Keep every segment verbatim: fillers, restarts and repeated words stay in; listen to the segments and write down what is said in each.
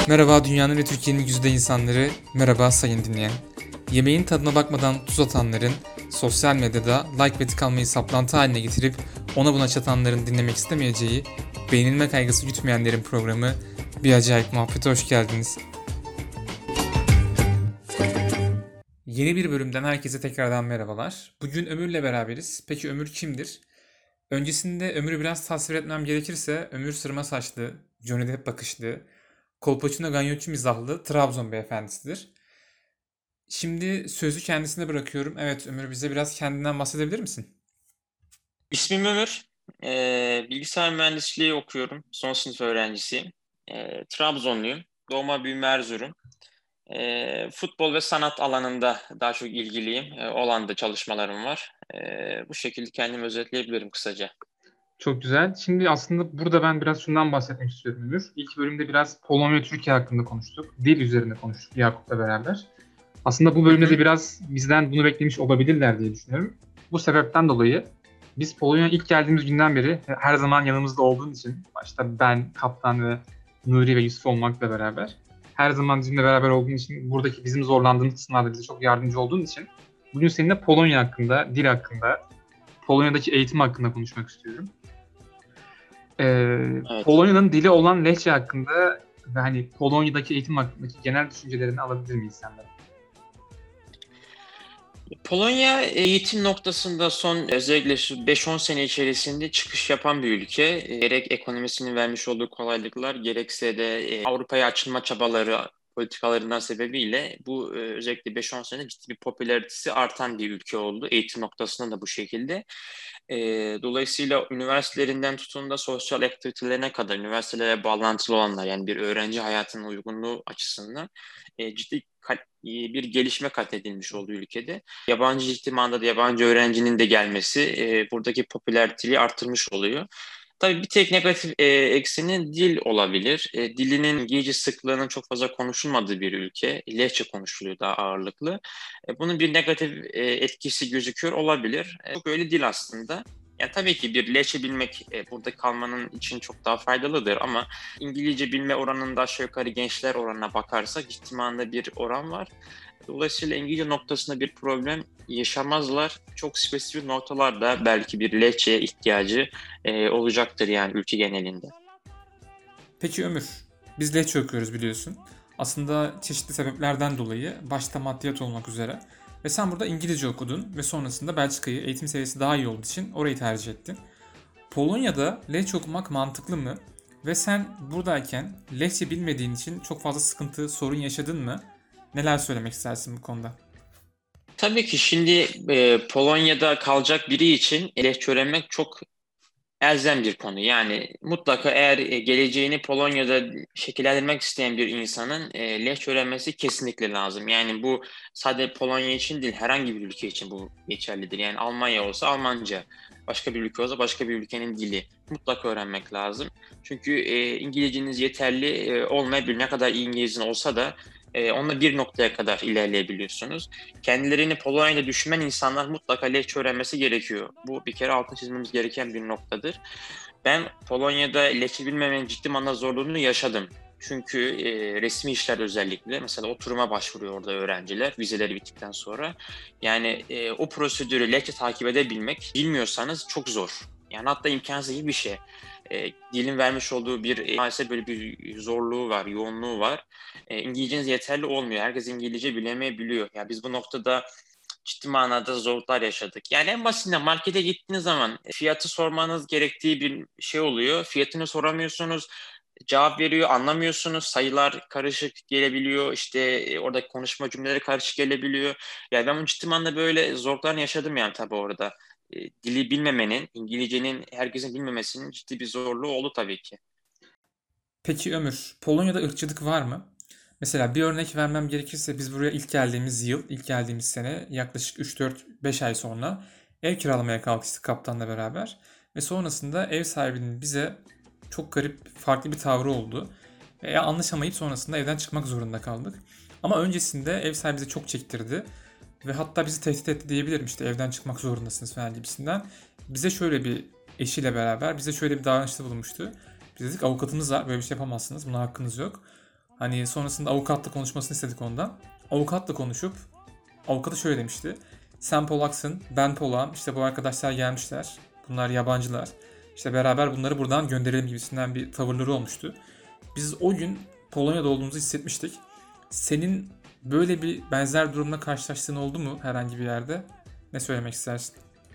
Merhaba dünyanın ve Türkiye'nin yüzde insanları, merhaba sayın dinleyen. Yemeğin tadına bakmadan tuz atanların, sosyal medyada like ve tıkanmayı saplantı haline getirip ona buna çatanların dinlemek istemeyeceği, beğenilme kaygısı gütmeyenlerin programı Bir Acayip Muhabbete hoş geldiniz. Yeni bir bölümden herkese tekrardan merhabalar. Bugün Ömür'le beraberiz. Peki Ömür kimdir? Öncesinde Ömür'ü biraz tasvir etmem gerekirse Ömür sırma saçlı, Johnny Depp bakışlı, Kolpaçino Ganyotçu mizahlı Trabzon beyefendisidir. Şimdi sözü kendisine bırakıyorum. Evet Ömür, bize biraz kendinden bahsedebilir misin? İsmim Ömür. Ee, bilgisayar mühendisliği okuyorum. Son sınıf öğrencisiyim. Ee, Trabzonluyum. Doğma büyüme Erzurum. Ee, futbol ve sanat alanında daha çok ilgiliyim. Ee, o alanda çalışmalarım var. Ee, bu şekilde kendimi özetleyebilirim kısaca. Çok güzel. Şimdi aslında burada ben biraz şundan bahsetmek istiyorum Ömür. İlk bölümde biraz Polonya ve Türkiye hakkında konuştuk. Dil üzerine konuştuk Yakup'la beraber. Aslında bu Hı bölümde hı. de biraz bizden bunu beklemiş olabilirler diye düşünüyorum. Bu sebepten dolayı biz Polonya'ya ilk geldiğimiz günden beri her zaman yanımızda olduğun için, başta ben, Kaptan ve Nuri ve Yusuf olmakla beraber her zaman bizimle beraber olduğun için, buradaki bizim zorlandığımız kısımlarda bize çok yardımcı olduğun için bugün seninle Polonya hakkında, dil hakkında, Polonya'daki eğitim hakkında konuşmak istiyorum. Ee, Evet. Polonya'nın dili olan Lehçe hakkında ve hani Polonya'daki eğitim hakkındaki genel düşüncelerini alabilir miyiz senden? Polonya eğitim noktasında son özellikle şu beş on sene içerisinde çıkış yapan bir ülke. E, Gerek ekonomisinin vermiş olduğu kolaylıklar gerekse de e, Avrupa'ya açılma çabaları politikalarından sebebiyle bu e, özellikle beş on senede ciddi bir popülaritesi artan bir ülke oldu. Eğitim noktasında da bu şekilde. E, Dolayısıyla üniversitelerinden tutun da sosyal aktivitelerine kadar üniversitelere bağlantılı olanlar yani bir öğrenci hayatının uygunluğu açısından e, ciddi kat- bir gelişme kat edilmiş oldu ülkede. Yabancı ihtimanda da yabancı öğrencinin de gelmesi e, buradaki popülariteliği artırmış oluyor. Tabii bir tek negatif e, ekseni dil olabilir. E, dilinin İngilizce sıklığının çok fazla konuşulmadığı bir ülke. Lehçe konuşuluyor daha ağırlıklı. E, bunun bir negatif e, etkisi gözüküyor olabilir. E, çok öyle değil aslında. Yani tabii ki bir Lehçe bilmek e, burada kalmanın için çok daha faydalıdır ama İngilizce bilme oranında aşağı yukarı gençler oranına bakarsak ciddi anlamda bir oran var. Dolayısıyla İngilizce noktasında bir problem yaşamazlar. Çok spesifik noktalarda belki bir lehçeye ihtiyacı e, olacaktır yani ülke genelinde. Peki Ömür, biz Lehçe okuyoruz biliyorsun. Aslında çeşitli sebeplerden dolayı başta maddiyat olmak üzere. Ve sen burada İngilizce okudun ve sonrasında Belçika'yı eğitim seviyesi daha iyi olduğu için orayı tercih ettin. Polonya'da Lehçe okumak mantıklı mı? Ve sen buradayken Lehçe bilmediğin için çok fazla sıkıntı, sorun yaşadın mı? Neler söylemek istersin bu konuda? Tabii ki şimdi e, Polonya'da kalacak biri için Lehçe öğrenmek çok elzem bir konu. Yani mutlaka eğer e, geleceğini Polonya'da şekillendirmek isteyen bir insanın e, Lehçe öğrenmesi kesinlikle lazım. Yani bu sadece Polonya için değil, herhangi bir ülke için bu geçerlidir. Yani Almanya olsa Almanca, başka bir ülke olsa başka bir ülkenin dili mutlaka öğrenmek lazım. Çünkü e, İngilizceniz yeterli e, olmayabilir. Ne kadar iyi İngilizcen olsa da e, onunla bir noktaya kadar ilerleyebiliyorsunuz. Kendilerini Polonya'da düşünen insanlar mutlaka Lehçe öğrenmesi gerekiyor. Bu bir kere altını çizmemiz gereken bir noktadır. Ben Polonya'da Lehçe bilmemenin ciddi manada zorluğunu yaşadım. Çünkü e, resmi işler özellikle mesela oturuma başvuruyor orada öğrenciler vizeleri bittikten sonra. Yani e, o prosedürü Lehçe takip edebilmek bilmiyorsanız çok zor. Yani hatta imkansız gibi bir şey. E, dilin vermiş olduğu bir e, maalesef böyle bir zorluğu var, yoğunluğu var. E, İngilizceniz yeterli olmuyor. Herkes İngilizce bilemeyebiliyor. Ya yani biz bu noktada ciddi manada zorluklar yaşadık. Yani en basitinden markete gittiğiniz zaman fiyatı sormanız gerektiği bir şey oluyor. Fiyatını soramıyorsunuz, cevap veriyor, anlamıyorsunuz. Sayılar karışık gelebiliyor. İşte e, orada konuşma cümleleri karışık gelebiliyor. Yani ben bu ciddi manada böyle zorluklarını yaşadım yani tabii orada. E, dili bilmemenin, İngilizcenin herkesin bilmemesinin ciddi bir zorluğu oldu tabii ki. Peki Ömür, Polonya'da ırkçılık var mı? Mesela bir örnek vermem gerekirse biz buraya ilk geldiğimiz yıl, ilk geldiğimiz sene yaklaşık üç dört beş ay sonra ev kiralamaya kalkıştık kaptanla beraber. Ve sonrasında ev sahibinin bize çok garip, farklı bir tavrı oldu. Ve anlaşamayıp sonrasında evden çıkmak zorunda kaldık. Ama öncesinde ev sahibi bize çok çektirdi. Ve hatta bizi tehdit etti diyebilirim, işte evden çıkmak zorundasınız falan gibisinden. Bize şöyle bir eşiyle beraber bize şöyle bir davranışta bulunmuştu. Biz dedik avukatımız var, böyle bir şey yapamazsınız, buna hakkınız yok. Hani sonrasında avukatla konuşmasını istedik ondan. Avukatla konuşup avukatı şöyle demişti. Sen Polaksın, ben Polak'ım. İşte bu arkadaşlar gelmişler. Bunlar yabancılar. İşte beraber bunları buradan gönderelim gibisinden bir tavırları olmuştu. Biz o gün Polonya'da olduğumuzu hissetmiştik. Senin böyle bir benzer durumla karşılaştığın oldu mu herhangi bir yerde? Ne söylemek istersin?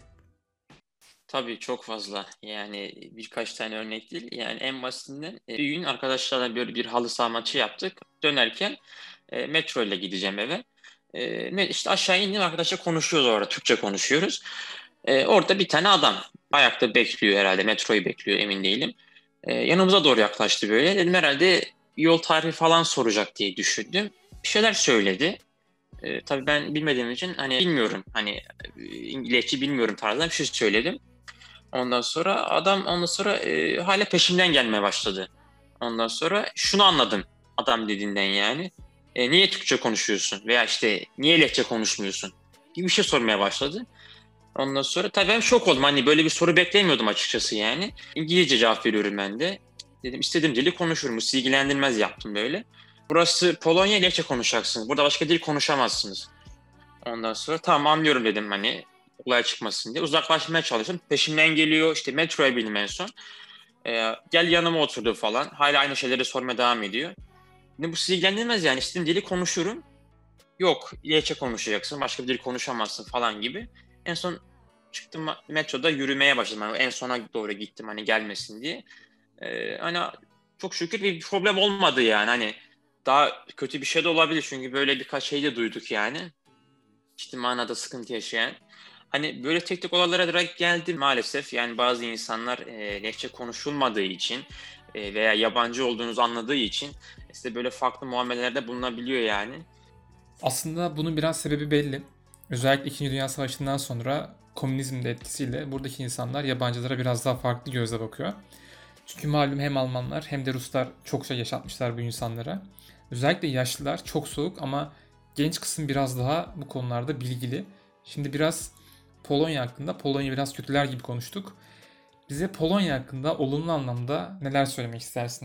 Tabii çok fazla. Yani birkaç tane örnek değil. Yani en basitinden e, bir gün arkadaşlarla böyle bir halı saha maçı yaptık. Dönerken e, metro ile gideceğim eve. E, ne- işte aşağı indim, arkadaşla konuşuyoruz orada. Türkçe konuşuyoruz. E, orada bir tane adam ayakta bekliyor herhalde. Metroyu bekliyor, emin değilim. E, yanımıza doğru yaklaştı böyle. Dedim herhalde yol tarifi falan soracak diye düşündüm. Bir şeyler söyledi. E, tabii ben bilmediğim için hani bilmiyorum. Hani e, İngilizce bilmiyorum tarzında bir şey söyledim. Ondan sonra adam ondan sonra e, hala peşimden gelmeye başladı. Ondan sonra şunu anladım adam dediğinden yani. E, niye Türkçe konuşuyorsun? Veya işte niye Lehçe konuşmuyorsun? Gibi bir şey sormaya başladı. Ondan sonra tabii ben şok oldum. Hani böyle bir soru beklemiyordum açıkçası yani. İngilizce cevap veriyorum ben de. Dedim istediğim dili konuşurum. Bu sizi ilgilendirmez yaptım böyle. Burası Polonya, Lehçe konuşacaksınız. Burada başka dil konuşamazsınız. Ondan sonra tamam anlıyorum dedim hani olay çıkmasın diye. Uzaklaşmaya çalıştım. Peşimden geliyor, işte metroya bindim en son. Ee, gel yanıma oturdu falan. Hala aynı şeyleri sormaya devam ediyor. Ne bu sizi ilgilendirmez yani. İstediğim dili konuşurum. Yok, Lehçe konuşacaksın. Başka bir dil konuşamazsın falan gibi. En son çıktım metroda yürümeye başladım. Yani en sona doğru gittim hani gelmesin diye. Ee, hani çok şükür bir problem olmadı yani. Hani daha kötü bir şey de olabilir çünkü böyle birkaç şey de duyduk yani. Ciddi manada sıkıntı yaşayan. Hani böyle tek tek olaylara direkt geldi maalesef. Yani bazı insanlar e, Lehçe konuşulmadığı için e, veya yabancı olduğunuzu anladığı için size böyle farklı muamelelerde bulunabiliyor yani. Aslında bunun biraz sebebi belli. Özellikle İkinci Dünya Savaşı'ndan sonra komünizmin de etkisiyle buradaki insanlar yabancılara biraz daha farklı gözle bakıyor. Çünkü malum hem Almanlar hem de Ruslar çok şey yaşatmışlar bu insanlara. Özellikle yaşlılar çok soğuk ama genç kısım biraz daha bu konularda bilgili. Şimdi biraz Polonya hakkında, Polonya biraz kötüler gibi konuştuk. Bize Polonya hakkında olumlu anlamda neler söylemek istersin?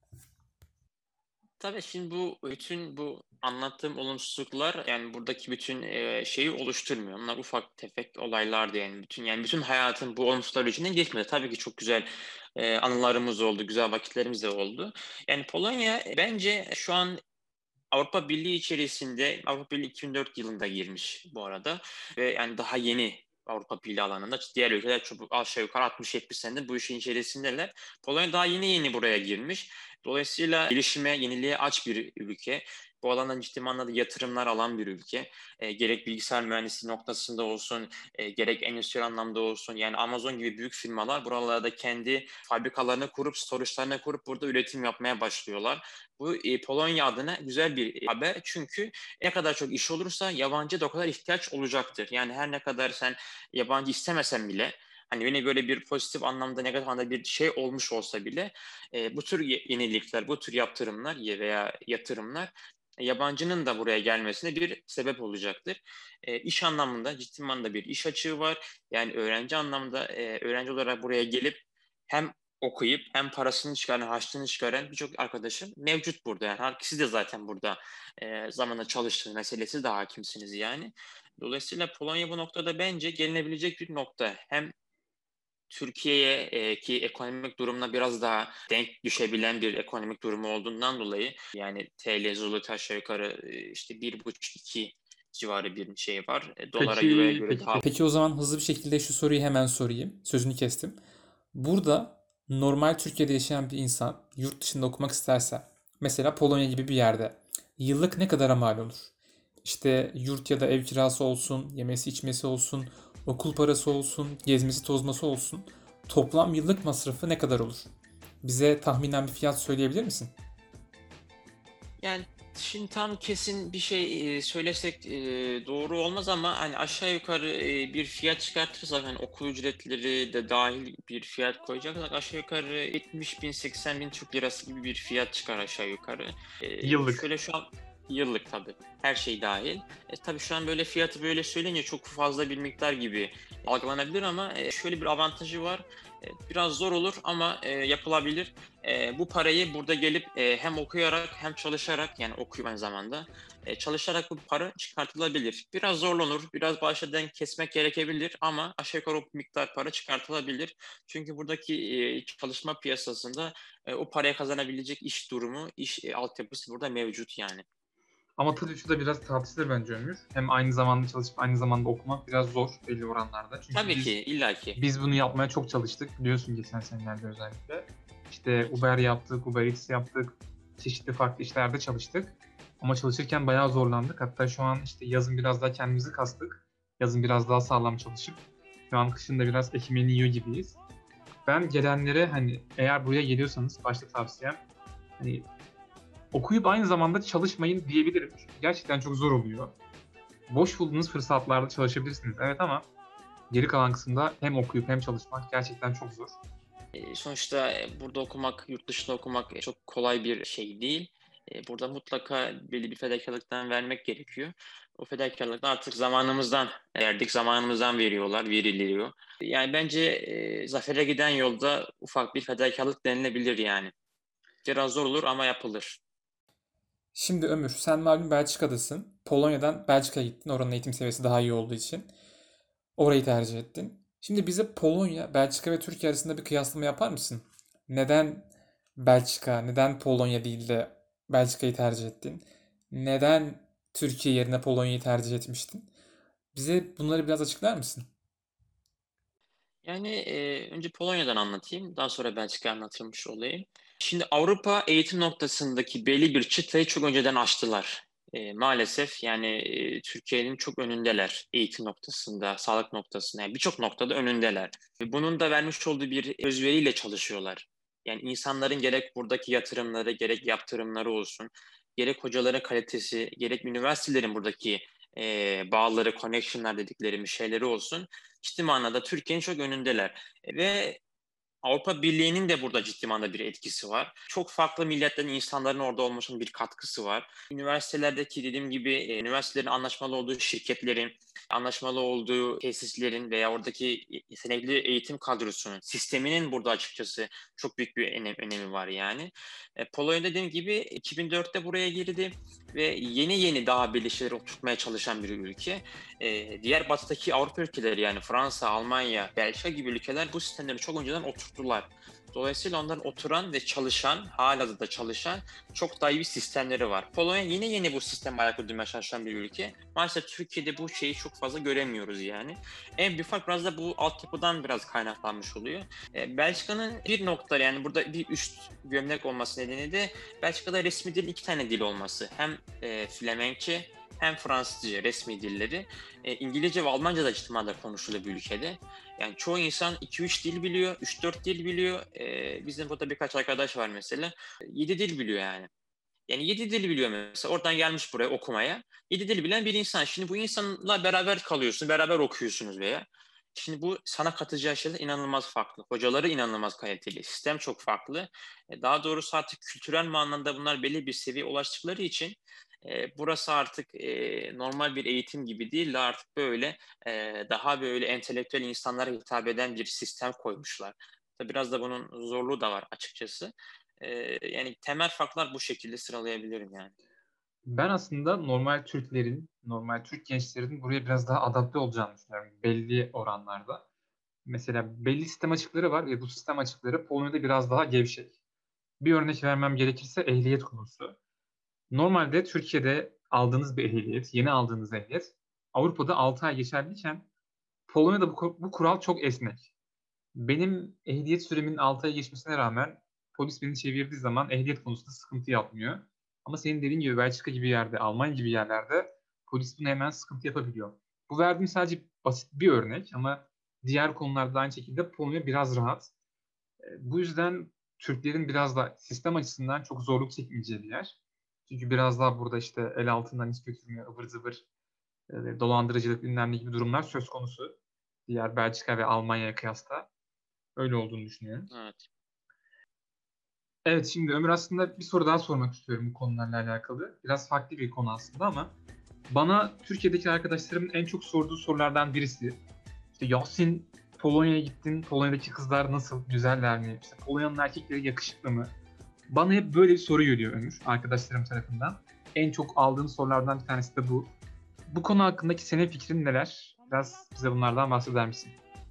Tabii şimdi bu bütün bu anlattığım olumsuzluklar yani buradaki bütün e, şeyi oluşturmuyor. Onlar ufak tefek olaylardı yani bütün yani bütün hayatın bu olumsuzlar içinden geçmedi. Tabii ki çok güzel e, anılarımız oldu, güzel vakitlerimiz de oldu. Yani Polonya e, bence şu an Avrupa Birliği içerisinde Avrupa Birliği iki bin dört yılında girmiş bu arada ve yani daha yeni Avrupa Birliği alanında diğer ülkeler çok aşağı yukarı altmış yetmiş senedir bu işin içerisindeler. Polonya daha yeni yeni buraya girmiş. Dolayısıyla gelişime, yeniliğe aç bir ülke. Bu alandan ciddi manada yatırımlar alan bir ülke. E, gerek bilgisayar mühendisliği noktasında olsun, e, gerek endüstriyel anlamda olsun. Yani Amazon gibi büyük firmalar buralarda kendi fabrikalarını kurup, storage'larını kurup burada üretim yapmaya başlıyorlar. Bu e, Polonya adına güzel bir haber çünkü ne kadar çok iş olursa yabancı da o kadar ihtiyaç olacaktır. Yani her ne kadar sen yabancı istemesen bile hani yine böyle bir pozitif anlamda negatif anlamda bir şey olmuş olsa bile e, bu tür yenilikler, bu tür yaptırımlar veya yatırımlar e, yabancının da buraya gelmesine bir sebep olacaktır. E, iş anlamında ciddi manada bir iş açığı var. Yani öğrenci anlamda e, öğrenci olarak buraya gelip hem okuyup hem parasını çıkaran, harçlığını çıkaran birçok arkadaşım mevcut burada. Yani siz de zaten burada e, zamanla çalıştığınız meselesi de hakimsiniz yani. Dolayısıyla Polonya bu noktada bence gelinebilecek bir nokta. Hem Türkiye'ye e, ki ekonomik durumuna biraz daha denk düşebilen bir ekonomik durumu olduğundan dolayı yani T L zloty aşağı yukarı e, işte bir buçuk iki civarı bir şey var. E, dolara euroya Peki, göre peki, daha. peki. Peki o zaman hızlı bir şekilde şu soruyu hemen sorayım. Sözünü kestim. Burada normal Türkiye'de yaşayan bir insan yurt dışında okumak isterse, mesela Polonya gibi bir yerde yıllık ne kadara mal olur? İşte yurt ya da ev kirası olsun, yemesi içmesi olsun, okul parası olsun, gezmesi tozması olsun. Toplam yıllık masrafı ne kadar olur? Bize tahminen bir fiyat söyleyebilir misin? Yani şimdi tam kesin bir şey e, söylesek e, doğru olmaz ama hani aşağı yukarı e, bir fiyat çıkartırsak hani okul ücretleri de dahil bir fiyat koyacaksak aşağı yukarı yetmiş bin seksen bin Türk lirası gibi bir fiyat çıkar aşağı yukarı. E, Yıllık. şöyle şu an Yıllık tabii. Her şey dahil. E, tabii şu an böyle fiyatı böyle söyleyince çok fazla bir miktar gibi algılanabilir ama e, şöyle bir avantajı var. E, biraz zor olur ama e, yapılabilir. E, bu parayı burada gelip e, hem okuyarak hem çalışarak, yani okuyup aynı zamanda e, çalışarak bu para çıkartılabilir. Biraz zorlanır, biraz başladan kesmek gerekebilir ama aşağı yukarı o miktar para çıkartılabilir. Çünkü buradaki e, çalışma piyasasında e, o paraya kazanabilecek iş durumu, iş e, altyapısı burada mevcut yani. Ama tabii şu da biraz tartışılır bence Ömür. Hem aynı zamanda çalışıp aynı zamanda okumak biraz zor belli oranlarda. Çünkü Tabii biz ki, illaki. biz bunu yapmaya çok çalıştık. Biliyorsun geçen senelerde özellikle. İşte Uber yaptık, Uber Eats yaptık. Çeşitli farklı işlerde çalıştık. Ama çalışırken bayağı zorlandık. Hatta şu an işte yazın biraz daha kendimizi kastık. Yazın biraz daha sağlam çalışıp şu an kışın da biraz ekmeğini yiyor gibiyiz. Ben gelenlere hani eğer buraya geliyorsanız başta tavsiyem hani okuyup aynı zamanda çalışmayın diyebilirim. Çünkü gerçekten çok zor oluyor. Boş bulduğunuz fırsatlarda çalışabilirsiniz. Evet ama geri kalan kısımda hem okuyup hem çalışmak gerçekten çok zor. E, sonuçta e, burada okumak, yurt dışında okumak e, çok kolay bir şey değil. E, burada mutlaka belli bir fedakarlıktan vermek gerekiyor. O fedakarlıkta artık zamanımızdan verdik, zamanımızdan veriyorlar, veriliyor. Yani bence e, zafere giden yolda ufak bir fedakarlık denilebilir yani. Biraz zor olur ama yapılır. Şimdi Ömür, sen malum Belçika'dasın. Polonya'dan Belçika'ya gittin. Oranın eğitim seviyesi daha iyi olduğu için. Orayı tercih ettin. Şimdi bize Polonya, Belçika ve Türkiye arasında bir kıyaslama yapar mısın? Neden Belçika, neden Polonya değil de Belçika'yı tercih ettin? Neden Türkiye yerine Polonya'yı tercih etmiştin? Bize bunları biraz açıklar mısın? Yani e, önce Polonya'dan anlatayım, daha sonra Belçika anlatılmış olayım. Şimdi Avrupa eğitim noktasındaki belli bir çıtayı çok önceden aştılar. E, maalesef yani e, Türkiye'nin çok önündeler eğitim noktasında, sağlık noktasında, yani birçok noktada önündeler. Ve bunun da vermiş olduğu bir özveriyle çalışıyorlar. Yani insanların gerek buradaki yatırımları, gerek yaptırımları olsun, gerek hocaların kalitesi, gerek üniversitelerin buradaki e, bağları, connectionlar dedikleri bir şeyleri olsun ciddi manada Türkiye'nin çok önündeler. Ve Avrupa Birliği'nin de burada ciddi manada bir etkisi var. Çok farklı milletlerin, insanların orada olmasının bir katkısı var. Üniversitelerdeki dediğim gibi e, üniversitelerin anlaşmalı olduğu şirketlerin, anlaşmalı olduğu tesislerin veya oradaki yetenekli eğitim kadrosunun, sisteminin burada açıkçası çok büyük bir önem, önemi var yani. E, Polonya dediğim gibi iki bin dörtte buraya girdi ve yeni yeni daha belli şeyler oturtmaya çalışan bir ülke. E, diğer batıdaki Avrupa ülkeleri yani Fransa, Almanya, Belçika gibi ülkeler bu sistemleri çok önceden oturttular. Dolayısıyla onların oturan ve çalışan, hala da çalışan çok daha iyi bir sistemleri var. Polonya yine yeni bu sisteme ayak uydurmaya çalışan bir ülke. Maalesef Türkiye'de bu şeyi çok fazla göremiyoruz yani. En büyük fark biraz da bu altyapıdan biraz kaynaklanmış oluyor. E, Belçika'nın bir nokta yani burada bir üst gömlek olması nedeni de Belçika'da resmi dil iki tane dil olması. Hem e, Flemenkçe hem Fransızca resmi dilleri. E, İngilizce ve Almanca da ciddi manada konuşuluyor bir ülkede. Yani çoğu insan iki üç dil biliyor, üç dört dil biliyor. E, bizim burada birkaç arkadaş var mesela. yedi dil biliyor yani. Yani yedi dil biliyor mesela. Oradan gelmiş buraya okumaya. Yedi dil bilen bir insan. Şimdi bu insanla beraber kalıyorsun, beraber okuyorsunuz veya. Şimdi bu sana katacağı şeyler inanılmaz farklı. Hocaları inanılmaz kaliteli. Sistem çok farklı. E, Daha doğrusu artık kültürel manada bunlar belli bir seviye ulaştıkları için e, burası artık e, normal bir eğitim gibi değil de artık böyle e, daha böyle entelektüel insanlara hitap eden bir sistem koymuşlar. Tabii biraz da bunun zorluğu da var açıkçası. Ee, yani temel farklar bu şekilde sıralayabilirim yani. Ben aslında normal Türklerin, normal Türk gençlerinin buraya biraz daha adapte olacağını düşünüyorum belli oranlarda. Mesela belli sistem açıkları var ve bu sistem açıkları Polonya'da biraz daha gevşek. Bir örnek vermem gerekirse ehliyet konusu. Normalde Türkiye'de aldığınız bir ehliyet, yeni aldığınız ehliyet Avrupa'da altı ay geçerliyken Polonya'da bu, bu kural çok esnek. Benim ehliyet süremin altı ay geçmesine rağmen polis beni çevirdiği zaman ehliyet konusunda sıkıntı yapmıyor. Ama senin dediğin gibi Belçika gibi yerde, Almanya gibi yerlerde polis bunu hemen sıkıntı yapabiliyor. Bu verdiğim sadece basit bir örnek ama diğer konularda aynı şekilde Polonya biraz rahat. E, Bu yüzden Türklerin biraz da sistem açısından çok zorluk çekmeyeceği bir yer. Çünkü biraz daha burada işte el altından iş götürme, ıvır zıvır, e, dolandırıcılık bilmem ne gibi durumlar söz konusu. Diğer Belçika ve Almanya'ya kıyasla öyle olduğunu düşünüyorum. Evet. Evet, şimdi Ömür, aslında bir soru daha sormak istiyorum bu konularla alakalı. Biraz farklı bir konu aslında ama bana Türkiye'deki arkadaşlarımın en çok sorduğu sorulardan birisi, İşte Yasin, Polonya'ya gittin, Polonya'daki kızlar nasıl, güzeller mi? İşte Polonya'nın erkekleri yakışıklı mı? Bana hep böyle bir soru geliyor Ömür, arkadaşlarım tarafından. En çok aldığım sorulardan bir tanesi de bu. Bu konu hakkındaki senin fikrin neler? Biraz bize bunlardan bahseder misin?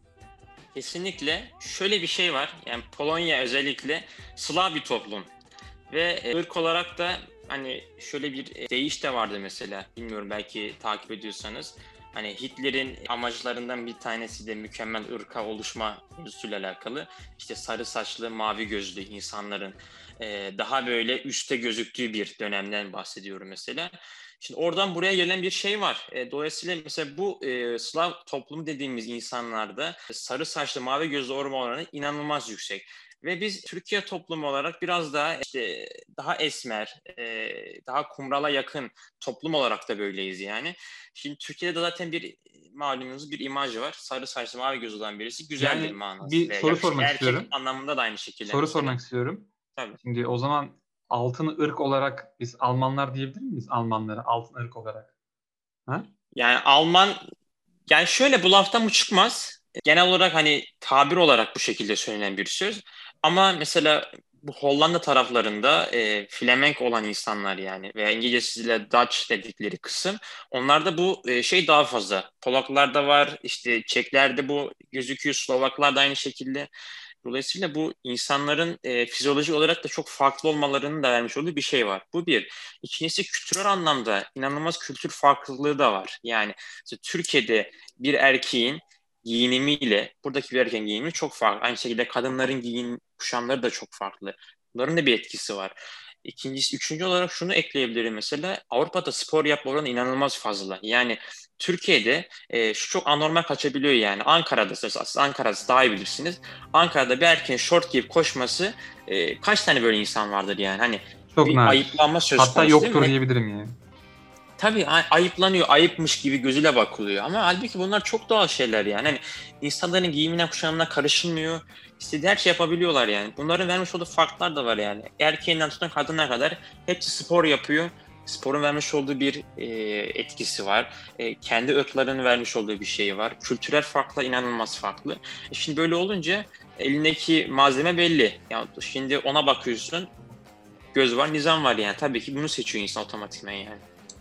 Kesinlikle şöyle bir şey var. Yani Polonya özellikle Slav bir toplum ve e, ırk olarak da hani şöyle bir e, deyiş de vardı mesela. Bilmiyorum, belki takip ediyorsanız. Hani Hitler'in amaçlarından bir tanesi de mükemmel ırka oluşma mevzusuyla alakalı. İşte sarı saçlı, mavi gözlü insanların e, daha böyle üste gözüktüğü bir dönemden bahsediyorum mesela. Şimdi oradan buraya gelen bir şey var. E, dolayısıyla mesela bu e, Slav toplumu dediğimiz insanlarda sarı saçlı, mavi gözlü olma oranı inanılmaz yüksek. Ve biz Türkiye toplumu olarak biraz daha işte daha esmer, e, daha kumrala yakın toplum olarak da böyleyiz yani. Şimdi Türkiye'de de zaten bir malumunuz bir imaj var. Sarı saçlı, mavi gözlü olan birisi güzeldir Yani manası. bir Ve soru yakışıklı sormak erkek istiyorum. anlamında da aynı şekilde Soru mesela. sormak istiyorum. Tabii. Şimdi o zaman altın ırk olarak biz Almanlar diyebilir miyiz Almanlara altın ırk olarak? Ha? Yani Alman, yani şöyle, bu laftan bu çıkmaz. Genel olarak hani tabir olarak bu şekilde söylenen bir söz. Ama mesela bu Hollanda taraflarında e, Flemenk olan insanlar yani veya İngilizcesiyle Dutch dedikleri kısım, onlarda bu e, şey daha fazla. Polaklarda var, işte Çeklerde bu gözüküyor, Slovaklar da aynı şekilde. Dolayısıyla bu insanların e, fizyolojik olarak da çok farklı olmalarının da vermiş olduğu bir şey var. Bu bir. İkincisi, kültürel anlamda inanılmaz kültür farklılığı da var. Yani işte Türkiye'de bir erkeğin giyinimiyle buradaki bir erkeğin giyinimi çok farklı. Aynı şekilde kadınların giyim kuşamları da çok farklı. Bunların da bir etkisi var. İkincisi, üçüncü olarak şunu ekleyebilirim mesela. Avrupa'da spor yapma oranı inanılmaz fazla. Yani Türkiye'de e, şu çok anormal kaçabiliyor yani. Ankara'da, siz Ankara'da daha iyi bilirsiniz. Ankara'da bir erkeğin şort giyip koşması, e, kaç tane böyle insan vardır yani. Hani Çok bir nadir. ayıplanma söz Hatta konusu değil yoktur mi? diyebilirim yani. Tabii ay- ayıplanıyor, ayıpmış gibi gözüyle bakılıyor. Ama halbuki bunlar çok doğal şeyler yani. Hani insanların giyimine, kuşamına karışılmıyor. İstediği her şey yapabiliyorlar yani. Bunların vermiş olduğu farklar da var yani. Erkeğinden tutun kadına kadar hepsi spor yapıyor. Sporun vermiş olduğu bir e, etkisi var. E, kendi ırklarının vermiş olduğu bir şey var. Kültürel farklar inanılmaz farklı. E şimdi böyle olunca elindeki malzeme belli. Yani şimdi ona bakıyorsun, göz var, nizam var yani. Tabii ki bunu seçiyor insan otomatikman yani.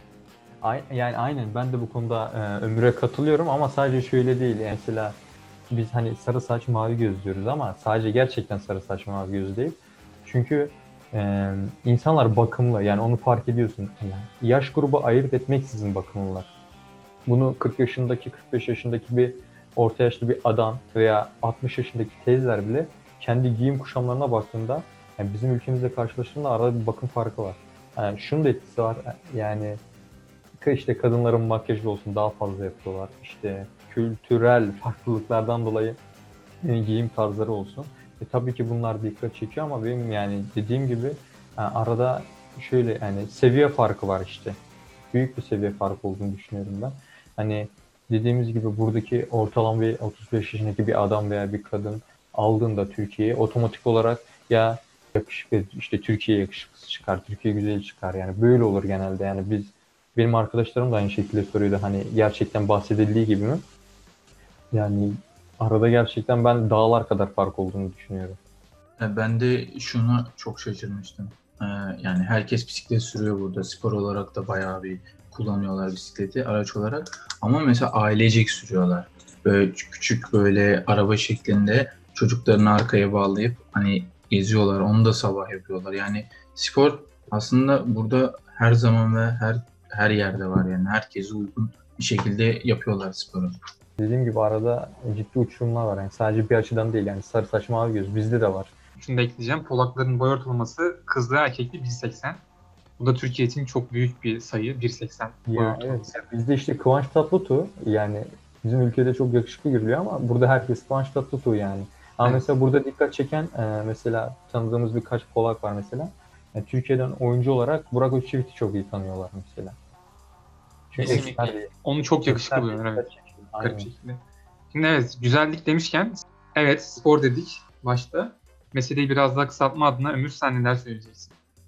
Ay- Yani aynen ben de bu konuda e, Ömür'e katılıyorum ama sadece şöyle değil. Yani mesela biz hani sarı saç mavi göz diyoruz ama sadece gerçekten sarı saç mavi göz değil. Çünkü e, insanlar bakımlı, yani onu fark ediyorsun. Yani yaş grubu ayırt etmeksizin bakımlılar. Bunu kırk yaşındaki, kırk beş yaşındaki bir orta yaşlı bir adam veya altmış yaşındaki teyzeler bile kendi giyim kuşamlarına baktığında, yani bizim ülkemizle karşılaştığında arada bir bakım farkı var. Yani şunun da etkisi var. Yani işte kadınların makyajı olsun daha fazla yapıyorlar. İşte kültürel farklılıklardan dolayı e, giyim tarzları olsun. E, tabii ki bunlar dikkat çekiyor ama benim yani dediğim gibi yani arada şöyle yani seviye farkı var işte. Büyük bir seviye farkı olduğunu düşünüyorum ben. Hani dediğimiz gibi buradaki ortalama bir otuz beş yaşındaki bir adam veya bir kadın aldığında Türkiye'ye otomatik olarak ya yakışıklı, işte Türkiye yakışıklısı çıkar, Türkiye güzeli çıkar. Yani böyle olur genelde. Yani biz, benim arkadaşlarım da aynı şekilde soruyordu. Hani gerçekten bahsedildiği gibi mi? Yani arada gerçekten ben dağlar kadar fark olduğunu düşünüyorum. Ya Ben de şuna çok şaşırmıştım. Ee, yani herkes bisiklet sürüyor burada. Spor olarak da bayağı bir kullanıyorlar bisikleti araç olarak. Ama mesela ailecek sürüyorlar. Böyle küçük böyle araba şeklinde çocuklarını arkaya bağlayıp hani geziyorlar. Onu da sabah yapıyorlar. Yani spor aslında burada her zaman ve her her yerde var yani. Herkese uygun bir şekilde yapıyorlar sporu. Dediğim gibi arada ciddi uçurumlar var. Yani sadece bir açıdan değil, yani sarı saç mavi göz bizde de var. Şunu da ekleyeceğim. Polakların boy ortalaması kızlı erkekli bir seksen. Bu da Türkiye için çok büyük bir sayı. bir seksen boy Ya evet, ortalaması. bizde işte Kıvanç Tatlıtuğ, yani bizim ülkede çok yakışıklı görülüyor ama burada herkes Kıvanç Tatlıtuğ yani. Ama Evet. mesela burada dikkat çeken e, mesela tanıdığımız birkaç Polak var mesela. Yani Türkiye'den oyuncu olarak Burak Özçivit'i çok iyi tanıyorlar mesela. Çünkü Kesinlikle. eser değil. Onu çok yakışıklı Eser buluyorlar, evet. dikkat çekiyor. Garip Aynen. şekilde. Şimdi evet, güzellik demişken evet, spor dedik başta. Meseleyi biraz daha kısaltma adına Ömür, sen neler söyleyeceksin?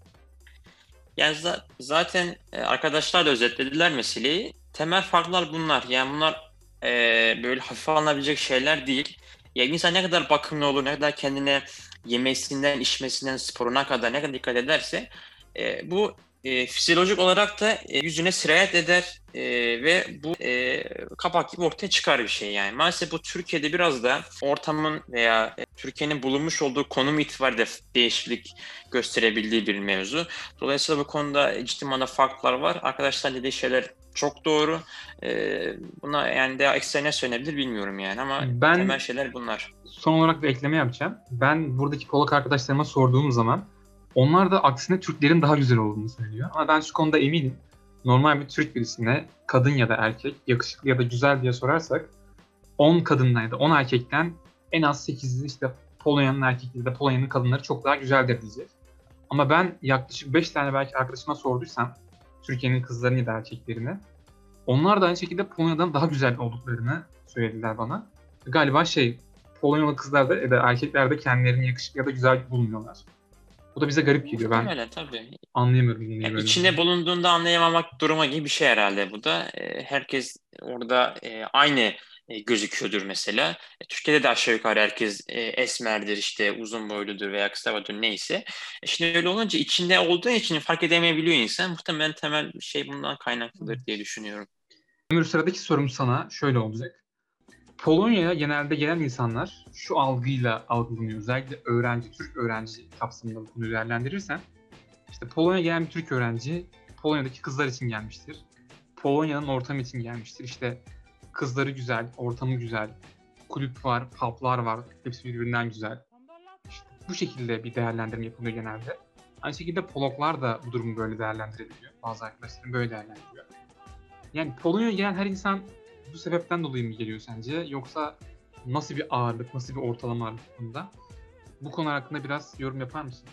Yani za- zaten e, arkadaşlar da özetlediler meseleyi. Temel farklar bunlar. Yani bunlar e, böyle hafife alınabilecek şeyler değil. Ya insan ne kadar bakımlı olur, ne kadar kendine yemesinden, içmesinden, sporuna kadar ne kadar dikkat ederse e, bu e, fizyolojik olarak da e, yüzüne sirayet eder e, ve bu e, kapak gibi ortaya çıkar bir şey yani. Maalesef bu Türkiye'de biraz da ortamın veya e, Türkiye'nin bulunmuş olduğu konum itibariyle değişiklik gösterebildiği bir mevzu. Dolayısıyla bu konuda ciddi manada farklar var. Arkadaşlar dediği şeyler çok doğru. Ee, buna yani daha ekstra ne söylenebilir bilmiyorum yani ama temel Ben şeyler bunlar. son olarak bir ekleme yapacağım. Ben buradaki Polak arkadaşlarıma sorduğum zaman onlar da aksine Türklerin daha güzel olduğunu söylüyor. Ama ben şu konuda eminim. Normal bir Türk birisine kadın ya da erkek, yakışıklı ya da güzel diye sorarsak on kadından ya da on erkekten en az sekizi işte Polonya'nın erkekleri de Polonya'nın kadınları çok daha güzeldir diyecek. Ama ben yaklaşık beş tane belki arkadaşıma sorduysam Türkiye'nin kızlarını ya da erkeklerini, onlar da aynı şekilde Polonya'dan daha güzel olduklarını söylediler bana. Galiba şey, Polonyalı kızlar da ya da erkekler de kendilerini yakışıklı ya da güzel bulmuyorlar. Bu da bize garip geliyor. Ben Muhtemelen tabii. anlayamıyorum bunu niye Yani böyle içinde olduğunu. bulunduğunda anlayamamak durumu gibi bir şey herhalde bu da. Ee, herkes orada e, aynı e, gözüküyordur mesela. E, Türkiye'de de aşağı yukarı herkes e, esmerdir, işte uzun boyludur veya kısa boyludur neyse. E, şimdi öyle olunca içinde olduğu için fark edemeyebiliyor insan. Muhtemelen temel şey bundan kaynaklıdır diye düşünüyorum. Ömür, sıradaki sorum sana şöyle olacak. Polonya'ya genelde gelen insanlar şu algıyla algılanıyor. Özellikle öğrenci, Türk öğrenci kapsamında bu konuyu değerlendirirsen. İşte Polonya'ya gelen bir Türk öğrenci Polonya'daki kızlar için gelmiştir. Polonya'nın ortamı için gelmiştir. İşte kızları güzel, ortamı güzel, kulüp var, publar var. Hepsi birbirinden güzel. İşte bu şekilde bir değerlendirme yapılıyor genelde. Aynı şekilde Polaklar da bu durumu böyle değerlendirebiliyor. Bazı arkadaşlarım böyle değerlendiriyor. Yani Polonya'ya gelen her insan bu sebepten dolayı mı geliyor sence? Yoksa nasıl bir ağırlık, nasıl bir ortalama ağırlık bunda? Bu konu hakkında biraz yorum yapar mısın?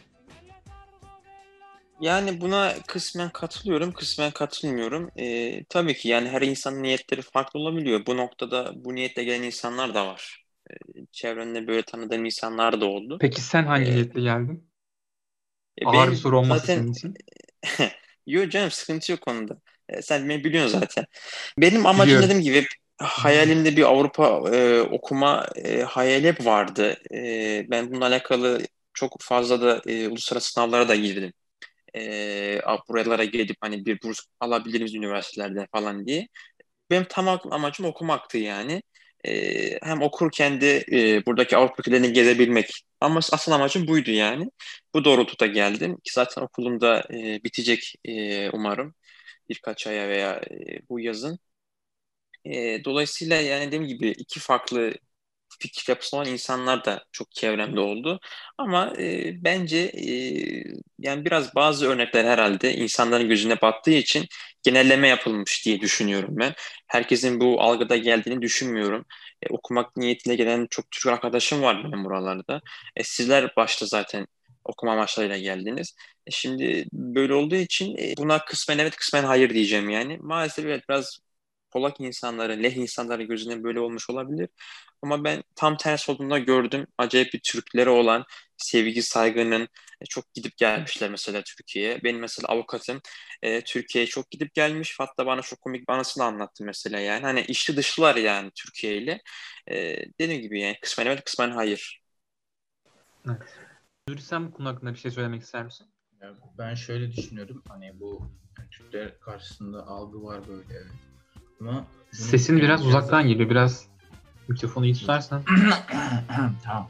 Yani buna kısmen katılıyorum, kısmen katılmıyorum. Ee, tabii ki yani her insanın niyetleri farklı olabiliyor. Bu noktada bu niyetle gelen insanlar da var. Ee, çevrende böyle tanıdığım insanlar da oldu. Peki sen hangi Ee, niyetle geldin? e, Ağır bir benim soru olmasa zaten senin için. yok canım, sıkıntı yok konuda. Ee, sen beni biliyorsun zaten. Benim amacım Biliyorum. dediğim gibi hayalimde bir Avrupa e, okuma e, hayali hep vardı. E, ben bununla alakalı çok fazla da e, uluslararası sınavlara da girdim. E, buralara gelip hani bir burs alabilir miyiz üniversitelerde falan diye. Benim tam amacım okumaktı yani. E, hem okurken de e, buradaki Avrupa ülkelerini gezebilmek. Ama asıl amacım buydu yani. Bu doğrultuda geldim. Ki zaten okulum da e, bitecek e, umarım. Birkaç aya veya e, bu yazın. E, dolayısıyla yani dediğim gibi iki farklı fikir yapısı olan insanlar da çok çevremde oldu. Ama e, bence e, yani biraz bazı örnekler herhalde insanların gözüne battığı için genelleme yapılmış diye düşünüyorum ben. Herkesin bu algıda geldiğini düşünmüyorum. E, okumak niyetiyle gelen çok Türk arkadaşım var benim buralarda. E, sizler başta zaten okuma amaçlarıyla geldiniz. E, şimdi böyle olduğu için e, buna kısmen evet kısmen hayır diyeceğim yani. Maalesef evet biraz Polak insanların, Leh insanların gözünden böyle olmuş olabilir. Ama ben tam tersi olduğunu da gördüm. Acayip bir Türklere olan sevgi, saygının e, çok gidip gelmişler mesela Türkiye'ye. Benim mesela avukatım e, Türkiye'ye çok gidip gelmiş. Hatta bana çok komik bir anısını anlattı mesela yani. Hani içli dışlılar yani Türkiye ile. E, dediğim gibi yani kısmen evet kısmen hayır. Evet. Nuri, sen bu konu hakkında bir şey söylemek ister misin? Ya ben şöyle düşünüyorum. Hani bu yani Türkler karşısında algı var böyle, evet. Ama bunu Sesin yani biraz uzaktan geliyor. Biraz mikrofonu iyi tutarsan. tamam.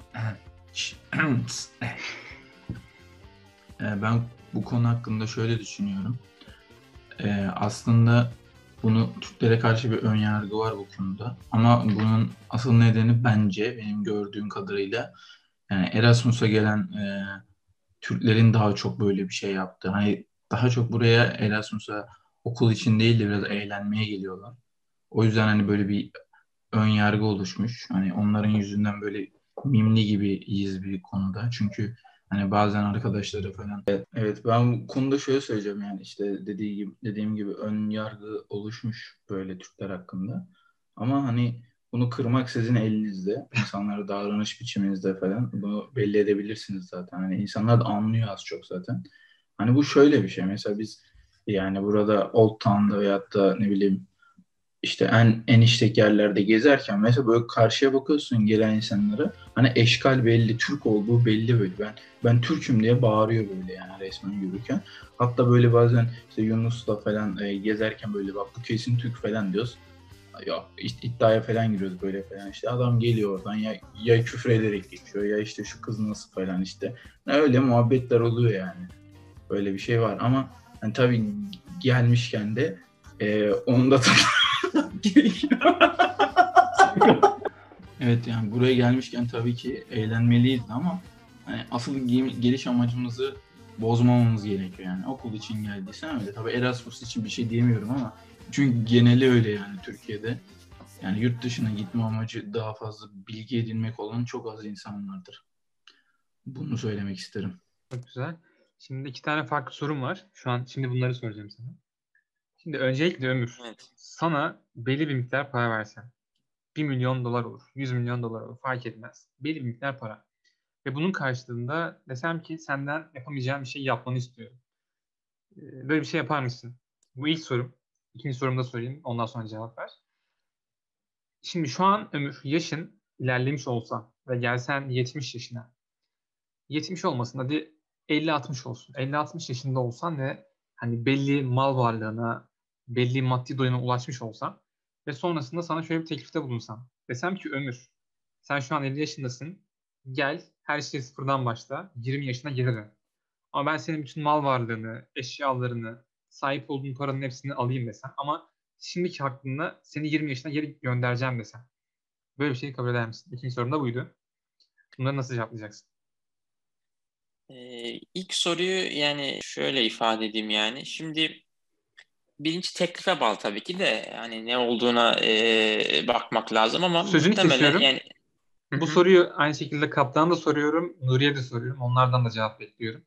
Ee, Ben bu konu hakkında şöyle düşünüyorum. Ee, aslında bunu Türklere karşı bir ön yargı var bu konuda. Ama bunun asıl nedeni bence benim gördüğüm kadarıyla yani Erasmus'a gelen e, Türklerin daha çok böyle bir şey yaptığı. Hani daha çok buraya Erasmus'a okul için değil de biraz eğlenmeye geliyorlar. O yüzden hani böyle bir ön yargı oluşmuş. Hani onların yüzünden böyle mimli gibiyiz bir konuda. Çünkü hani bazen arkadaşları falan. Evet, evet, ben bu konuda şöyle söyleyeceğim yani işte dediği gibi, dediğim gibi ön yargı oluşmuş böyle Türkler hakkında. Ama hani Bunu kırmak sizin elinizde. İnsanlara davranış biçiminizde falan bunu belli edebilirsiniz zaten. Hani insanlar da anlıyor az çok zaten. Hani bu şöyle bir şey. Mesela biz yani burada Old Town'da veyahut da ne bileyim işte en en işlek yerlerde gezerken mesela böyle karşıya bakıyorsun gelen insanlara hani eşkal belli, Türk olduğu belli böyle. Ben ben Türk'üm diye bağırıyor böyle yani resmen yürürken. Hatta böyle bazen işte Yunus'la falan e, gezerken böyle bak bu kesin Türk falan diyoruz. Ya it- iddiaya falan giriyoruz böyle falan işte adam geliyor oradan ya ya küfür ederek geçiyor ya işte şu kız nasıl falan işte. Ne öyle muhabbetler oluyor yani. Öyle bir şey var ama hani tabii gelmişken de e, onu da gerekiyor. Evet yani buraya gelmişken tabii ki eğlenmeliyiz ama hani asıl ge- geliş amacımızı bozmamamız gerekiyor yani. Okul için geldiysen öyle. Tabii Erasmus için bir şey diyemiyorum ama çünkü geneli öyle yani Türkiye'de. Yani yurt dışına gitme amacı daha fazla bilgi edinmek olan çok az insan vardır. Bunu söylemek isterim. Çok güzel. Şimdi iki tane farklı sorum var. Şu an şimdi bunları soracağım sana. Şimdi öncelikle Ömür, Evet. sana belli bir miktar para versem, bir milyon dolar olur, yüz milyon dolar olur fark etmez. Belli bir miktar para. Ve bunun karşılığında desem ki senden yapamayacağım bir şey yapmanı istiyorum. Ee, Böyle bir şey yapar mısın? Bu ilk sorum. İkinci sorumu da sorayım. Ondan sonra cevap ver. Şimdi şu an Ömür yaşın ilerlemiş olsa ve gelsen yetmiş yaşına. yetmiş olmasın hadi elli altmış olsun. elli altmış yaşında olsan ve hani belli mal varlığına, belli maddi doyuma ulaşmış olsan ve sonrasında sana şöyle bir teklifte bulunsam. Desem ki Ömür, sen şu an elli yaşındasın. Gel her şey sıfırdan başla. yirmi yaşına geri dön. Ama ben senin bütün mal varlığını, eşyalarını, sahip olduğun paranın hepsini alayım desem. Ama şimdiki hakkında seni yirmi yaşına geri göndereceğim desem. Böyle bir şeyi kabul eder misin? İkinci sorum da buydu. Bunları nasıl cevaplayacaksın? Ee, ilk soruyu yani şöyle ifade edeyim yani. Şimdi birinci teklife bağlı tabii ki de yani ne olduğuna e, bakmak lazım ama Sözünü muhtemelen kesiyorum. yani. Hı Bu hı. soruyu aynı şekilde kaptana da soruyorum, Nuriye de soruyorum. Onlardan da cevap bekliyorum.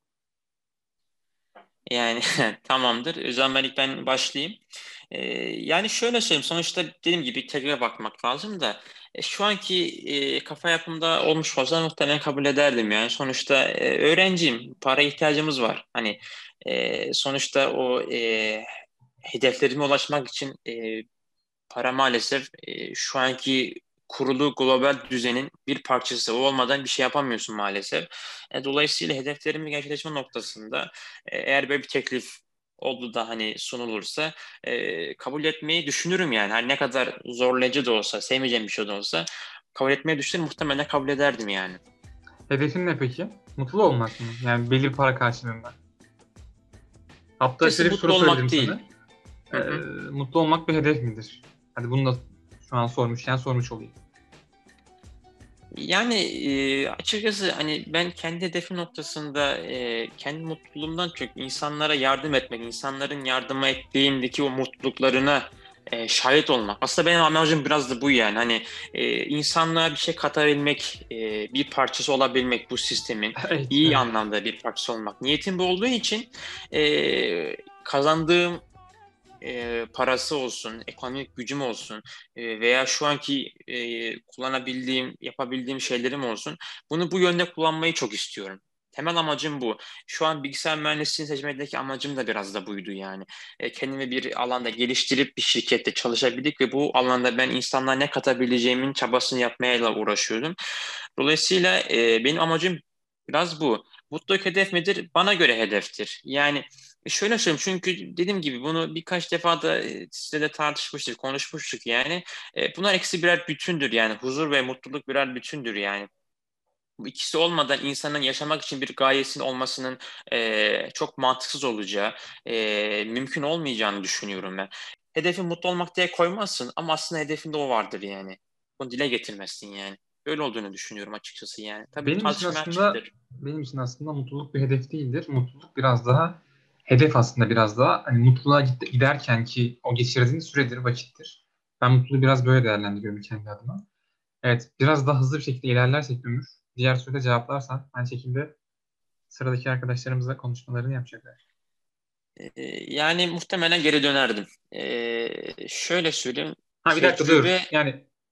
Yani tamamdır. O zaman ben ilk ben başlayayım. Ee, yani şöyle söyleyeyim. Sonuçta dediğim gibi tekrar bakmak lazım da e, şu anki e, kafa yapımda olmuş olsa muhtemelen kabul ederdim yani. Sonuçta e, öğrenciyim. Para ihtiyacımız var. Hani e, sonuçta o e, hedeflerime ulaşmak için e, para maalesef e, şu anki kurulu global düzenin bir parçası. O olmadan bir şey yapamıyorsun maalesef. E, dolayısıyla hedeflerimi gerçekleşme noktasında e, eğer böyle bir teklif oldu da hani sunulursa e, kabul etmeyi düşünürüm yani. Hani ne kadar zorlayıcı da olsa, sevmeyeceğim bir şey de olsa kabul etmeyi düşünürüm. Muhtemelen kabul ederdim yani. Hedefin ne peki? Mutlu olmak mı? Yani belli bir para karşılığında. Hatta Açıkçası şöyle bir soru mutlu sorabilirim olmak sana. değil. Ee, Hı hı. Mutlu olmak bir hedef midir? Hadi bunu da şu an sormuşken sormuş olayım. Yani e, açıkçası hani ben kendi hedefim noktasında e, kendi mutluluğumdan çok insanlara yardım etmek, insanların yardıma ettiğimdeki o mutluluklarına e, şahit olmak. Aslında benim amacım biraz da bu yani. Hani e, insanlığa bir şey katabilmek, e, bir parçası olabilmek bu sistemin Evet, iyi evet. anlamda bir parçası olmak. Niyetim bu olduğu için e, kazandığım e, parası olsun, ekonomik gücüm olsun e, veya şu anki e, kullanabildiğim, yapabildiğim şeylerim olsun. Bunu bu yönde kullanmayı çok istiyorum. Temel amacım bu. Şu an bilgisayar mühendisliğini seçmedeki amacım da biraz da buydu yani. E, kendimi bir alanda geliştirip bir şirkette çalışabildik ve bu alanda ben insanlara ne katabileceğimin çabasını yapmaya uğraşıyordum. Dolayısıyla e, benim amacım biraz bu. Mutluluk hedef midir? Bana göre hedeftir. Yani e, şöyle söyleyeyim çünkü dediğim gibi bunu birkaç defa da e, sizle de tartışmıştık, konuşmuştuk yani. E, bunlar ikisi birer bütündür yani. Huzur ve mutluluk birer bütündür yani. Bu ikisi olmadan insanın yaşamak için bir gayesinin olmasının e, çok mantıksız olacağı, e, mümkün olmayacağını düşünüyorum ben. Hedefi mutlu olmak diye koymazsın ama aslında hedefinde o vardır yani. Bunu dile getirmezsin yani. Öyle olduğunu düşünüyorum açıkçası yani. Tabii bu Benim için tartışmaya aslında açıktır. benim için aslında mutluluk bir hedef değildir. Mutluluk biraz daha hedef aslında biraz daha hani mutluluğa git- giderken ki o geçirdiğin süredir, vakittir. Ben mutluluğu biraz böyle değerlendiriyorum kendi adıma. Evet, biraz daha hızlı bir şekilde ilerlersek Ömür, diğer soruda cevaplarsan aynı şekilde sıradaki arkadaşlarımızla konuşmalarını yapacaklar. E, yani muhtemelen geri dönerdim. E, şöyle söyleyeyim. Ha bir dakika dur. Tecrübe. Yani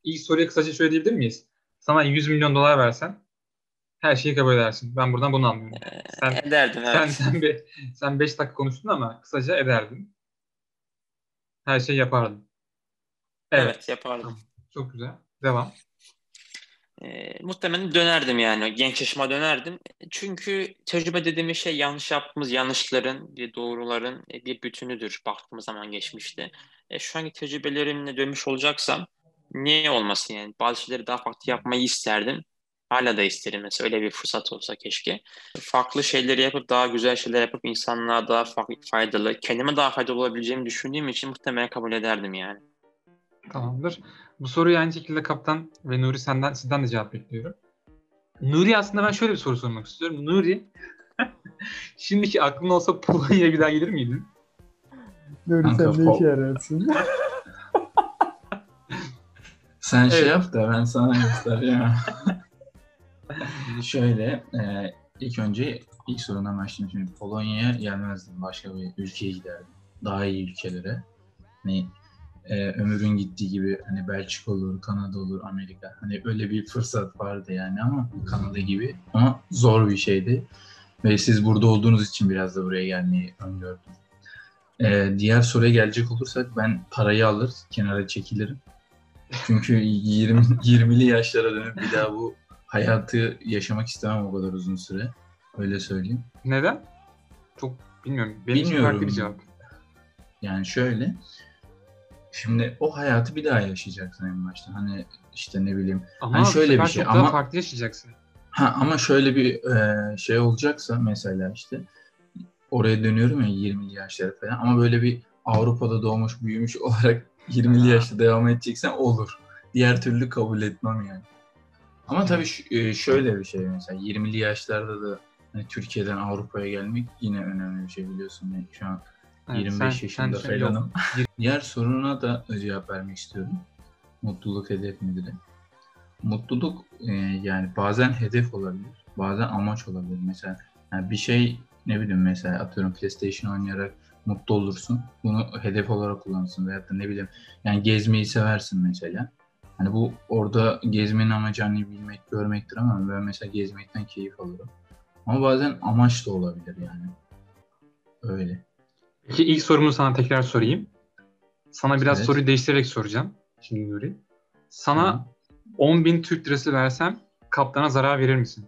ilk soruya kısaca şöyle diyebilir miyiz? Sana yüz milyon dolar versen her şeyi kabul edersin. Ben buradan bunu anlıyorum. Sen Ederdim, sen evet. sen bir sen beş dakika konuştun ama kısaca ederdin. Her şeyi yapardın. Evet. Evet, yapardım. Tamam. Çok güzel. Devam. E, muhtemelen dönerdim yani. Genç yaşıma dönerdim. Çünkü tecrübe dediğimiz şey yanlış yaptığımız yanlışların bir doğruların e, bir bütünüdür baktığımız zaman geçmişte. E, şu anki tecrübelerimle dönmüş olacaksam niye olmasın yani? Bazı şeyleri daha farklı yapmayı isterdim. Hala da isterim mesela öyle bir fırsat olsa keşke. Farklı şeyleri yapıp daha güzel şeyler yapıp insanlığa daha farklı, faydalı, kendime daha faydalı olabileceğimi düşündüğüm için muhtemelen kabul ederdim yani. Tamamdır. Bu soruyu aynı şekilde Kaptan ve Nuri senden sizden de cevap bekliyorum. Nuri aslında ben şöyle bir soru sormak istiyorum. Nuri şimdiki aklın olsa Polonya'ya bir daha gelir miydin? Nuri Kanka, sen ne işe po- yararsın? Sen şey Evet. yap da ben sana göstereceğim. Şöyle, e, ilk önce ilk sorundan başlayayım. Şimdi Polonya'ya gelmezdim. Başka bir ülkeye giderdim. Daha iyi ülkelere. Hani e, Ömür'ün gittiği gibi hani Belçika olur, Kanada olur, Amerika. Hani öyle bir fırsat vardı yani ama Kanada gibi. Ama zor bir şeydi. Ve siz burada olduğunuz için biraz da buraya gelmeyi öngördüm. E, diğer soruya gelecek olursak ben parayı alır, kenara çekilirim. Çünkü yirmi yirmili yaşlara dönüp bir daha bu hayatı yaşamak istemem o kadar uzun süre. Öyle söyleyeyim. Neden? Çok bilmiyorum. Benim için Bilmiyorum. farklı bir cevap. Yani şöyle. Şimdi o hayatı bir daha yaşayacaksın en başta. Hani işte ne bileyim. Ama Hani bu şöyle sefer bir şey çok daha ama farklı yaşayacaksın. ha ama şöyle bir e, şey olacaksa mesela işte oraya dönüyorum ya yirmili yaşlara falan ama böyle bir Avrupa'da doğmuş büyümüş olarak yirmili Ha. yaşta devam edeceksen olur. Diğer türlü kabul etmem yani. Ama tabii ş- e, şöyle bir şey mesela yirmili yaşlarda da hani Türkiye'den Avrupa'ya gelmek yine önemli bir şey biliyorsun. Yani şu an Evet, yirmi sen, beş sen yaşında düşün, yok. falanım. Diğer soruna da cevap vermek istiyorum. Mutluluk hedef midir? Mutluluk e, yani bazen hedef olabilir, bazen amaç olabilir. Mesela yani bir şey ne bileyim mesela atıyorum PlayStation oynayarak mutlu olursun. Bunu hedef olarak kullanırsın veyahut da ne bileyim yani gezmeyi seversin mesela. Hani bu orada gezmenin amacı hani bilmek, görmektir ama ben mesela gezmekten keyif alırım. Ama bazen amaç da olabilir yani. Öyle. Peki ilk sorumu sana tekrar sorayım. Sana biraz Evet. soruyu değiştirerek soracağım. Şimdi Nuri. Sana Hı. on bin Türk lirası versem kaptana zarar verir misin?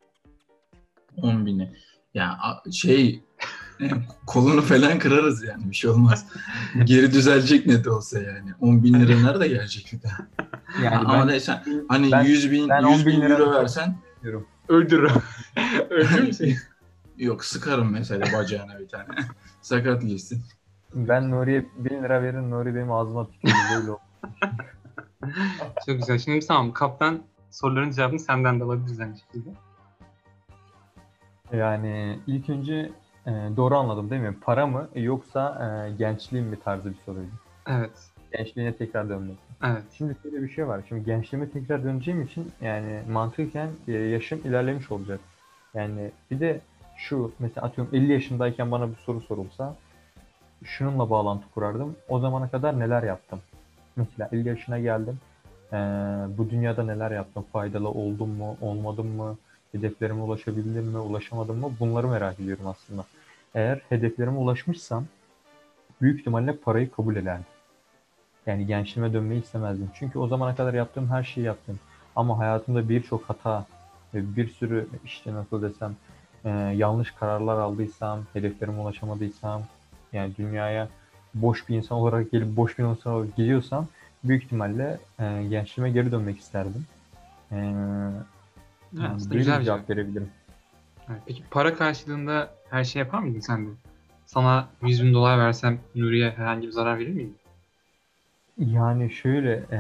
on bini. Ya a- şey kolunu falan kırarız yani bir şey olmaz. Geri düzelecek ne de olsa yani. on bin lira nerede gelecek bir daha? Yani Ha, ama ben desen hani ben yüz bin, ben yüz on bin bin lira euro versen diyorum. Öldürürüm. Öldürür müsün? yok sıkarım mesela bacağına bir tane. Sakat geçsin. Ben Nuri'ye bin lira veririm. Nuri benim ağzıma tükürdü. Böyle oldu. Çok güzel. Şimdi tamam. Kaptan soruların cevabını senden de alabiliriz aynı şekilde. Yani ilk önce e, doğru anladım değil mi? Para mı yoksa e, gençliğim mi tarzı bir soruydu. Evet. Gençliğine tekrar dönmek. Evet. Şimdi şöyle bir şey var. Şimdi gençliğime tekrar döneceğim için yani mantıken e, yaşım ilerlemiş olacak. Yani bir de şu mesela atıyorum elli yaşındayken bana bir soru sorulsa şununla bağlantı kurardım. O zamana kadar neler yaptım? Mesela elli yaşına geldim. Ee, bu dünyada neler yaptım? Faydalı oldum mu? Olmadım mı? Hedeflerime ulaşabildim mi? Ulaşamadım mı? Bunları merak ediyorum aslında. Eğer hedeflerime ulaşmışsam büyük ihtimalle parayı kabul ederdim. Yani gençliğime dönmeyi istemezdim. Çünkü o zamana kadar yaptığım her şeyi yaptım. Ama hayatımda birçok hata ve bir sürü işte nasıl desem e, yanlış kararlar aldıysam, hedeflerime ulaşamadıysam, yani dünyaya boş bir insan olarak gelip boş bir insan olarak geliyorsam büyük ihtimalle e, gençliğime geri dönmek isterdim. E, Ha, yani aslında böyle güzel bir bir cevap cevap. verebilirim. Evet. Peki para karşılığında her şey yapar mıydın sen de? Sana yüz bin dolar versem Nuri'ye herhangi bir zarar verir miydin? Yani şöyle e,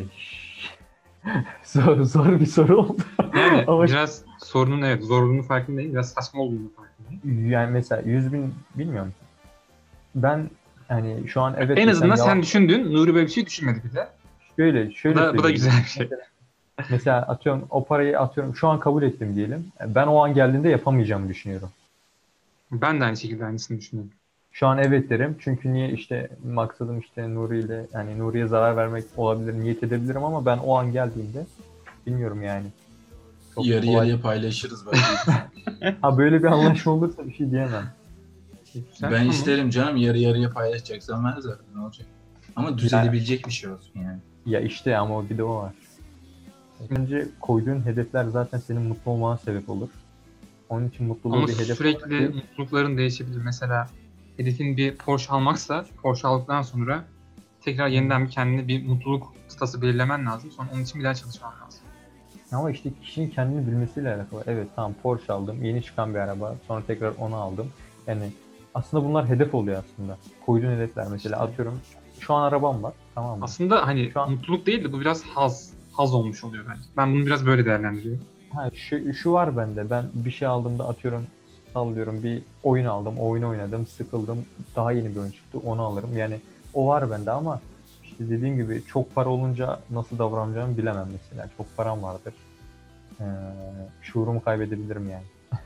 zor, zor bir soru oldu. Yani Ama biraz sorunun evet zorluğunun farkındayım. Biraz saçma olduğunu farkındayım. yani mesela yüz bin bilmiyorum. Ben hani şu an evet En desem azından sen yalan. düşündün. Nuri böyle bir şey düşünmedi bir de. Şöyle Bu şöyle da, bu da söyleyeyim. güzel bir şey. Mesela, mesela atıyorum o parayı atıyorum şu an kabul ettim diyelim. Ben o an geldiğinde yapamayacağımı düşünüyorum. Ben de aynı şekilde aynısını düşünüyorum. Şu an evet derim. Çünkü niye işte maksadım işte Nuri ile yani Nuri'ye zarar vermek olabilir, niyet edebilirim ama ben o an geldiğimde bilmiyorum yani. Çok Yarı kolay. yarıya paylaşırız belki. Ha böyle bir anlaşma olursa bir şey diyemem. Güzel, Ben tamam. isterim canım, yarı yarıya paylaşacaksan ver zaten, ne olacak? Ama düzelebilecek bir şey olsun yani. Ya işte ama o bir de o var. Önce koyduğun hedefler zaten senin mutlu olmana sebep olur. Onun için mutluluğu Ama bir hedef olarak sürekli değil. mutlulukların değişebilir. Mesela hedefin bir Porsche almaksa Porsche aldıktan sonra tekrar yeniden bir kendine bir mutluluk kıtası belirlemen lazım. Sonra onun için bir daha çalışman lazım. Ama işte kişinin kendini bilmesiyle alakalı. Evet tamam Porsche aldım. Yeni çıkan bir araba. Sonra tekrar onu aldım. Yani aslında bunlar hedef oluyor aslında. Koyduğun hedefler mesela atıyorum. Şu an arabam var. Tamam mı? Aslında hani Şu an- mutluluk değil de bu biraz haz. Haz olmuş oluyor bence. Ben bunu biraz böyle değerlendiriyorum. Ha, şu, şu var bende. Ben bir şey aldığımda atıyorum sallıyorum bir oyun aldım. O oyunu oynadım. Sıkıldım. Daha yeni bir oyun çıktı. Onu alırım. Yani o var bende ama işte dediğim gibi çok para olunca nasıl davranacağımı bilemem mesela. Çok param vardır. Ee, şuurumu kaybedebilirim yani.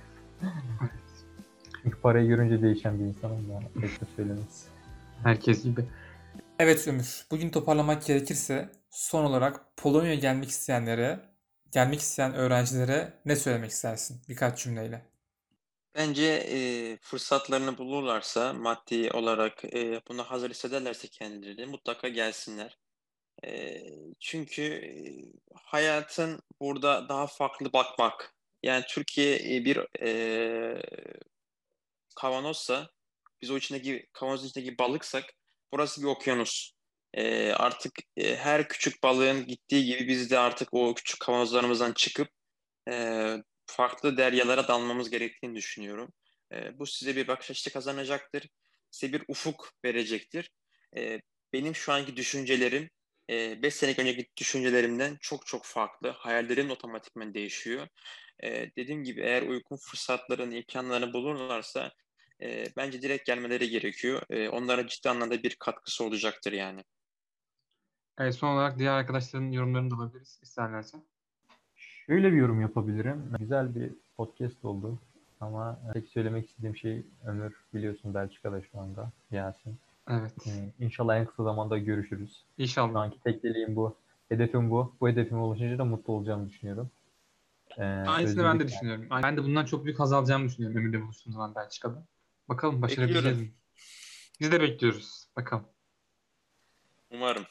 Çünkü parayı görünce değişen bir insanım ya. Pek de söylemez. Herkes gibi. Evet Ömür, bugün toparlamak gerekirse son olarak Polonya'ya gelmek isteyenlere, gelmek isteyen öğrencilere ne söylemek istersin birkaç cümleyle? Bence e, fırsatlarını bulurlarsa, maddi olarak e, buna hazır hissederlerse kendileri mutlaka gelsinler. E, çünkü e, hayatın burada daha farklı bakmak. Yani Türkiye e, bir e, kavanozsa, biz o içindeki kavanozun içindeki balıksak, burası bir okyanus. E, artık e, her küçük balığın gittiği gibi biz de artık o küçük kavanozlarımızdan çıkıp e, farklı deryalara dalmamız gerektiğini düşünüyorum. E, bu size bir bakış açısı kazanacaktır. Size bir ufuk verecektir. E, benim şu anki düşüncelerim e, beş sene önceki düşüncelerimden çok çok farklı. Hayallerim otomatikman değişiyor. E, dediğim gibi eğer uygun fırsatların, imkanlarını bulurlarsa e, bence direkt gelmeleri gerekiyor. E, onlara ciddi anlamda bir katkısı olacaktır yani. Evet, son olarak diğer arkadaşların yorumlarını da alabiliriz isterlerse. Şöyle bir yorum yapabilirim. Güzel bir podcast oldu. Ama tek söylemek istediğim şey Ömür biliyorsun Belçika'da şu anda. Yasin. Evet. Ee, İnşallah en kısa zamanda görüşürüz. Şu İnşallah. anki tek dileğim bu. Hedefim bu. Bu hedefime ulaşınca da mutlu olacağımı düşünüyorum. Ee, Aynısını ben de özledik yani. düşünüyorum. Ben de bundan çok büyük haz alacağımı düşünüyorum Ömür'le buluştuğum zaman Belçika'da. Bakalım başarabileceğiz Bekliyorum. mi? Biz de bekliyoruz. Bakalım. Umarım.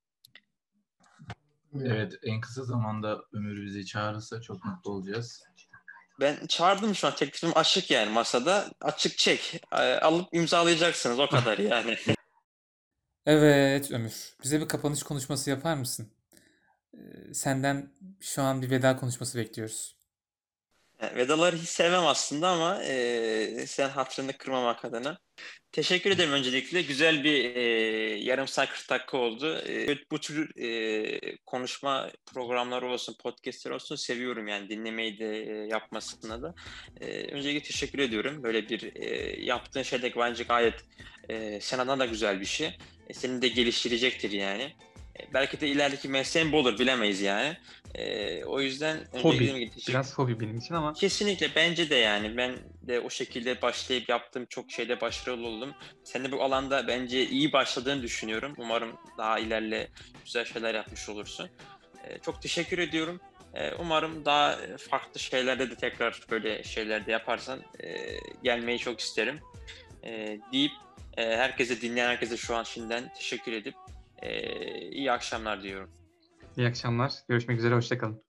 Evet, en kısa zamanda Ömür bizi çağırırsa çok mutlu olacağız. Ben çağırdım şu an. Teklifim açık yani masada. Açık çek. E, alıp imzalayacaksınız o kadar yani. Evet Ömür, bize bir kapanış konuşması yapar mısın? Ee, Senden şu an bir veda konuşması bekliyoruz. Yani vedaları hiç sevmem aslında ama e, sen hatırını kırmamak adına. Teşekkür ederim öncelikle. Güzel bir e, yarım saat kırk dakika oldu. E, bu tür e, konuşma programları olsun, podcastler olsun seviyorum yani dinlemeyi de e, yapmasına da. E, öncelikle teşekkür ediyorum. Böyle bir e, yaptığın şey de bence gayet e, sen adına da güzel bir şey. E, seni de geliştirecektir yani. E, belki de ilerideki mesleğin bu olur bilemeyiz yani. E, o yüzden öncelikle Hobi. dediğim gibi teşekkür Biraz hobi benim için ama Kesinlikle bence de yani ben de o şekilde başlayıp yaptığım çok şeyde başarılı oldum. Sen de bu alanda bence iyi başladığını düşünüyorum. Umarım daha ilerle güzel şeyler yapmış olursun. Ee, çok teşekkür ediyorum. Ee, umarım daha farklı şeylerde de tekrar böyle şeylerde yaparsan e, gelmeyi çok isterim. Ee, deyip e, herkese dinleyen herkese şu an şimdiden teşekkür edip e, iyi akşamlar diyorum. iyi akşamlar. Görüşmek üzere. Hoşçakalın.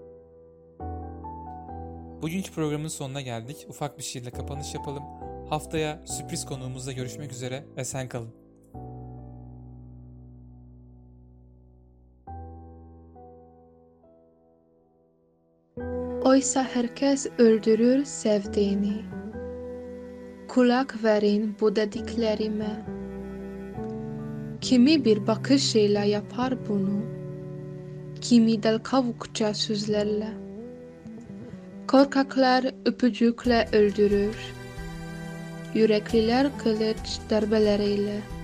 Bugünkü programın sonuna geldik. Ufak bir şeyle kapanış yapalım. Haftaya sürpriz konuğumuzla görüşmek üzere. Esen kalın. Oysa herkes öldürür sevdiğini. Kulak verin bu dediklerime. Kimi bir bakışıyla yapar bunu. Kimi del kavukça sözlerle. Korkaklar öpücükle öldürür. Yürekliler kılıç darbeleriyle.